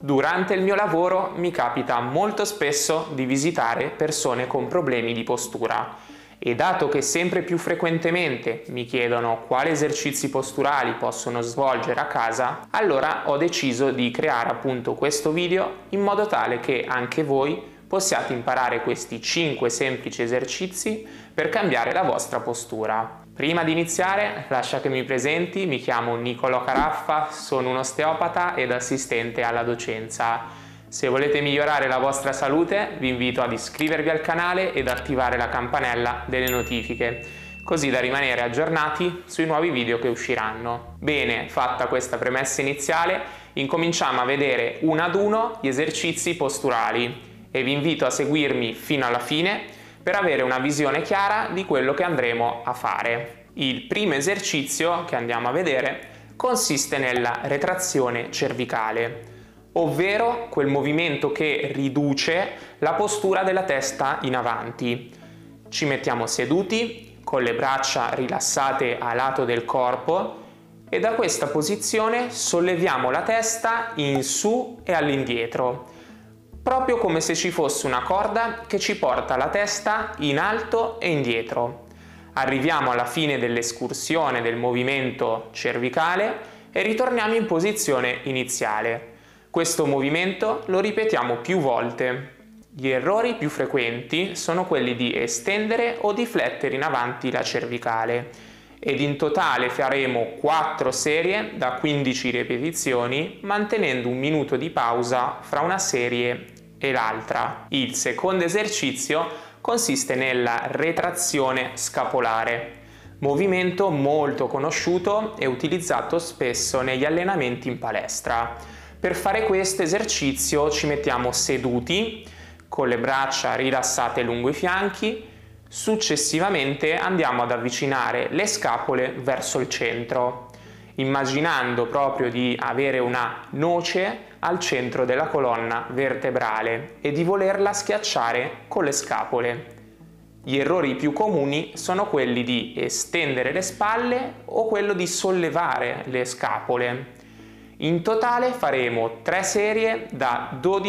Durante il mio lavoro mi capita molto spesso di visitare persone con problemi di postura e dato che sempre più frequentemente mi chiedono quali esercizi posturali possono svolgere a casa, allora ho deciso di creare appunto questo video in modo tale che anche voi possiate imparare questi 5 semplici esercizi per cambiare la vostra postura. Prima di iniziare, lascia che mi presenti, mi chiamo Nicolò Caraffa, sono un osteopata ed assistente alla docenza. Se volete migliorare la vostra salute, vi invito ad iscrivervi al canale ed attivare la campanella delle notifiche, così da rimanere aggiornati sui nuovi video che usciranno. Bene, fatta questa premessa iniziale, incominciamo a vedere uno ad uno gli esercizi posturali e vi invito a seguirmi fino alla fine per avere una visione chiara di quello che andremo a fare. Il primo esercizio che andiamo a vedere consiste nella retrazione cervicale, ovvero quel movimento che riduce la postura della testa in avanti. Ci mettiamo seduti, con le braccia rilassate a lato del corpo e da questa posizione solleviamo la testa in su e all'indietro, proprio come se ci fosse una corda che ci porta la testa in alto e indietro. Arriviamo alla fine dell'escursione del movimento cervicale e ritorniamo in posizione iniziale. Questo movimento lo ripetiamo più volte. Gli errori più frequenti sono quelli di estendere o di flettere in avanti la cervicale ed in totale faremo 4 serie da 15 ripetizioni mantenendo un minuto di pausa fra una serie e l'altra. Il secondo esercizio consiste nella retrazione scapolare, movimento molto conosciuto e utilizzato spesso negli allenamenti in palestra. Per fare questo esercizio ci mettiamo seduti, con le braccia rilassate lungo i fianchi. Successivamente andiamo ad avvicinare le scapole verso il centro, immaginando proprio di avere una noce al centro della colonna vertebrale e di volerla schiacciare con le scapole. Gli errori più comuni sono quelli di estendere le spalle o quello di sollevare le scapole. In totale faremo 3 serie da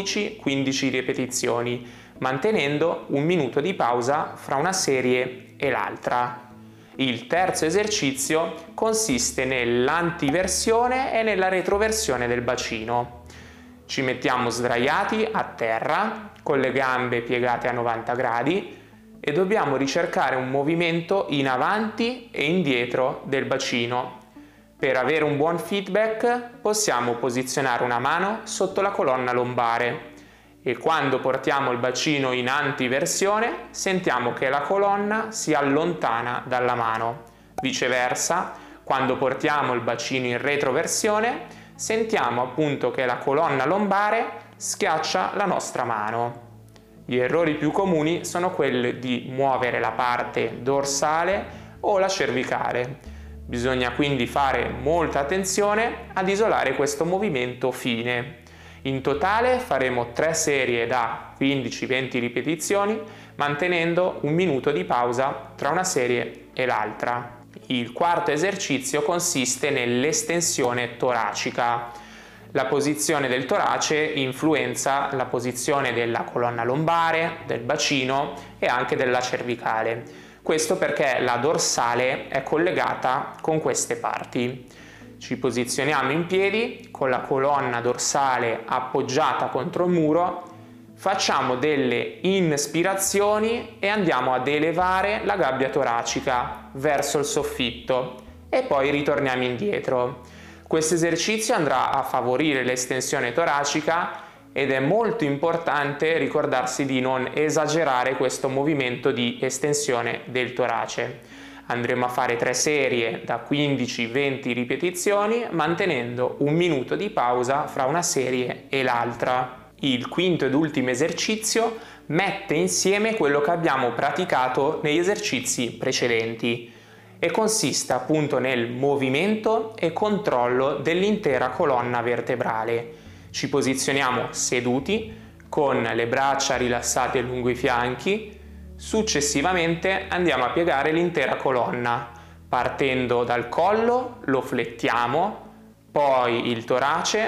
12-15 ripetizioni, mantenendo un minuto di pausa fra una serie e l'altra. Il terzo esercizio consiste nell'antiversione e nella retroversione del bacino. Ci mettiamo sdraiati a terra, con le gambe piegate a 90 gradi e dobbiamo ricercare un movimento in avanti e indietro del bacino. Per avere un buon feedback possiamo posizionare una mano sotto la colonna lombare e quando portiamo il bacino in antiversione sentiamo che la colonna si allontana dalla mano. Viceversa, quando portiamo il bacino in retroversione sentiamo appunto che la colonna lombare schiaccia la nostra mano. Gli errori più comuni sono quelli di muovere la parte dorsale o la cervicale. Bisogna quindi fare molta attenzione ad isolare questo movimento fine. In totale faremo 3 serie da 15-20 ripetizioni, mantenendo un minuto di pausa tra una serie e l'altra. Il quarto esercizio consiste nell'estensione toracica. La posizione del torace influenza la posizione della colonna lombare, del bacino e anche della cervicale. Questo perché la dorsale è collegata con queste parti. Ci posizioniamo in piedi con la colonna dorsale appoggiata contro il muro, facciamo delle inspirazioni e andiamo ad elevare la gabbia toracica verso il soffitto e poi ritorniamo indietro. Questo esercizio andrà a favorire l'estensione toracica ed è molto importante ricordarsi di non esagerare questo movimento di estensione del torace. Andremo a fare 3 serie da 15-20 ripetizioni mantenendo un minuto di pausa fra una serie e l'altra. Il quinto ed ultimo esercizio mette insieme quello che abbiamo praticato negli esercizi precedenti e consiste appunto nel movimento e controllo dell'intera colonna vertebrale. Ci posizioniamo seduti con le braccia rilassate lungo i fianchi. Successivamente andiamo a piegare l'intera colonna, partendo dal collo lo flettiamo, poi il torace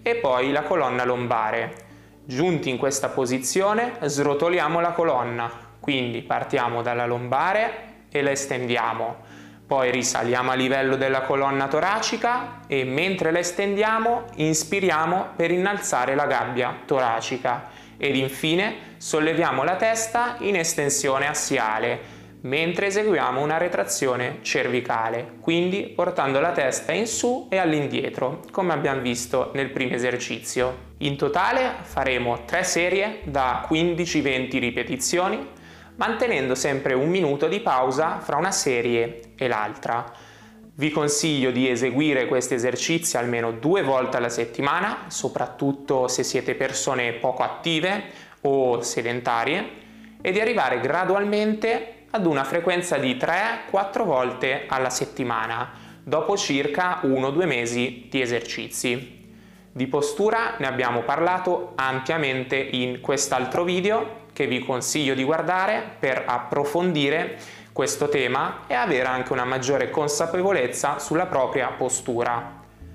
e poi la colonna lombare. Giunti in questa posizione srotoliamo la colonna, quindi partiamo dalla lombare e la estendiamo. Poi risaliamo a livello della colonna toracica e mentre la estendiamo inspiriamo per innalzare la gabbia toracica ed infine solleviamo la testa in estensione assiale mentre eseguiamo una retrazione cervicale, quindi portando la testa in su e all'indietro, come abbiamo visto nel primo esercizio. In totale faremo 3 serie da 15-20 ripetizioni, mantenendo sempre un minuto di pausa fra una serie e l'altra. Vi consiglio di eseguire questi esercizi almeno 2 volte alla settimana, soprattutto se siete persone poco attive o sedentarie, e di arrivare gradualmente ad una frequenza di 3-4 volte alla settimana, dopo circa 1-2 mesi di esercizi. Di postura ne abbiamo parlato ampiamente in quest'altro video che vi consiglio di guardare per approfondire questo tema e avere anche una maggiore consapevolezza sulla propria postura.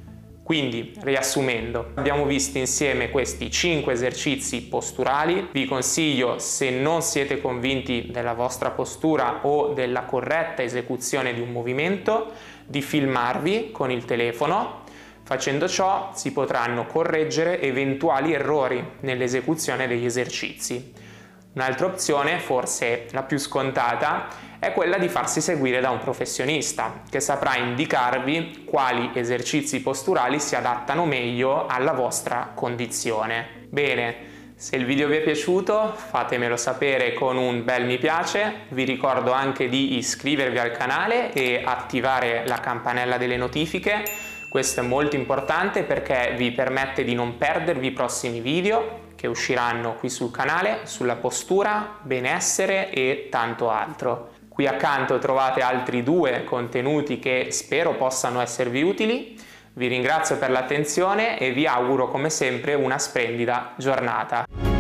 Quindi, riassumendo, abbiamo visto insieme questi 5 esercizi posturali. Vi consiglio, se non siete convinti della vostra postura o della corretta esecuzione di un movimento, di filmarvi con il telefono. Facendo ciò si potranno correggere eventuali errori nell'esecuzione degli esercizi. Un'altra opzione, forse la più scontata, è quella di farsi seguire da un professionista che saprà indicarvi quali esercizi posturali si adattano meglio alla vostra condizione. Bene, se il video vi è piaciuto fatemelo sapere con un bel mi piace, vi ricordo anche di iscrivervi al canale e attivare la campanella delle notifiche. Questo è molto importante perché vi permette di non perdervi i prossimi video che usciranno qui sul canale sulla postura, benessere e tanto altro. Qui accanto trovate altri 2 contenuti che spero possano esservi utili. Vi ringrazio per l'attenzione e vi auguro come sempre una splendida giornata.